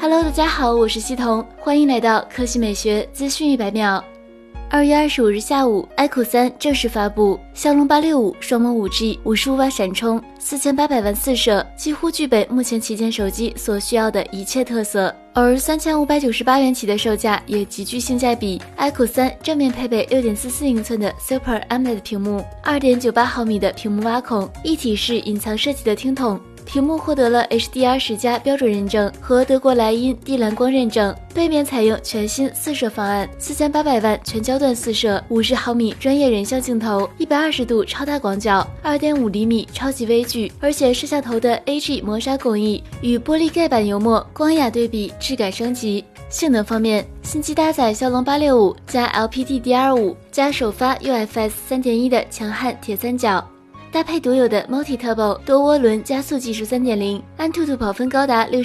Hello， 大家好，我是西彤，欢迎来到科技美学资讯100秒。2月25日下午 ，iQOO 3正式发布，骁龙865双模 5G 55瓦闪充，4800万四摄，几乎具备目前旗舰手机所需要的一切特色。而3598元起的售价也极具性价比。iQOO 3正面配备6.44英寸的 Super AMOLED 屏幕，2.98毫米的屏幕挖孔，一体式隐藏设计的听筒。屏幕获得了 HDR10+ 标准认证和德国莱茵低蓝光认证，背面采用全新四摄方案，4800万全焦段四摄，50毫米专业人像镜头，120度超大广角，2.5厘米超级微距，而且摄像头的 AG 磨砂工艺与玻璃盖板油墨光雅对比，质感升级。性能方面，新机搭载骁龙865加 LPDDR5 加首发 UFS 3.1 的强悍铁三角。搭配独有的 Multi Turbo 多涡轮加速技术 3.0， Antutu 跑分高达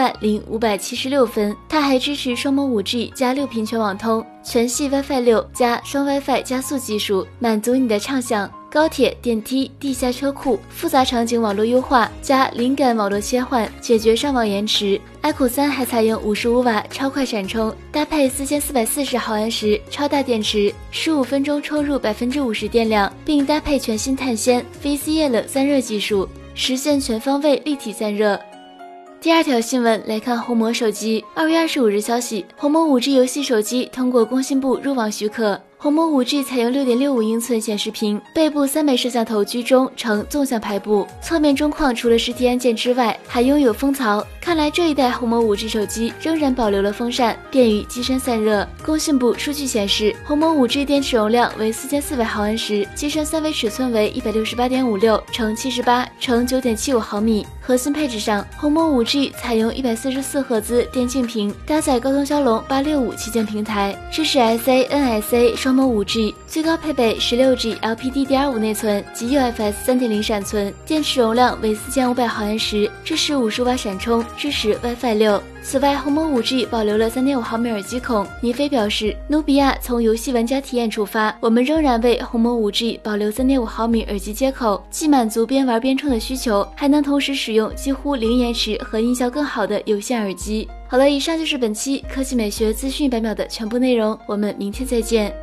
610576分。它还支持双模 5G 加6频全网通，全系 WiFi 6加双 WiFi 加速技术，满足你的畅想。高铁、电梯、地下车库、复杂场景网络优化加灵感网络切换，解决上网延迟。iQOO 3还采用55瓦超快闪充，搭配4440毫安时超大电池，15分钟充入50%电量，并搭配全新碳纤 VCL 散热技术，实现全方位立体散热。第二条新闻来看红魔手机。2月25日消息，红魔 5G 游戏手机通过工信部入网许可。红魔 5G 采用6.65英寸显示屏，背部3枚摄像头居中呈纵向排布，侧面中框除了实体按键之外，还拥有风槽。看来这一代红魔 5G 手机仍然保留了风扇，便于机身散热。工信部数据显示，红魔 5G 电池容量为4400毫安时，机身三维尺寸为168.56乘78乘9.75毫米。核心配置上，红魔 5G 采用144赫兹电竞屏，搭载高通骁龙865旗舰平台，支持 SA、NSA 双模 5G， 最高配备16G LPDDR5 内存及 UFS 3.0 闪存，电池容量为4500毫安时，支持50瓦闪充，支持 WiFi 6。此外，红魔 5G 保留了3.5毫米耳机孔。倪飞表示，努比亚从游戏玩家体验出发，我们仍然为红魔 5G 保留3.5毫米耳机接口，既满足边玩边充的需求，还能同时使用几乎零延迟和音效更好的有线耳机。好了，以上就是本期科技美学资讯100秒的全部内容，我们明天再见。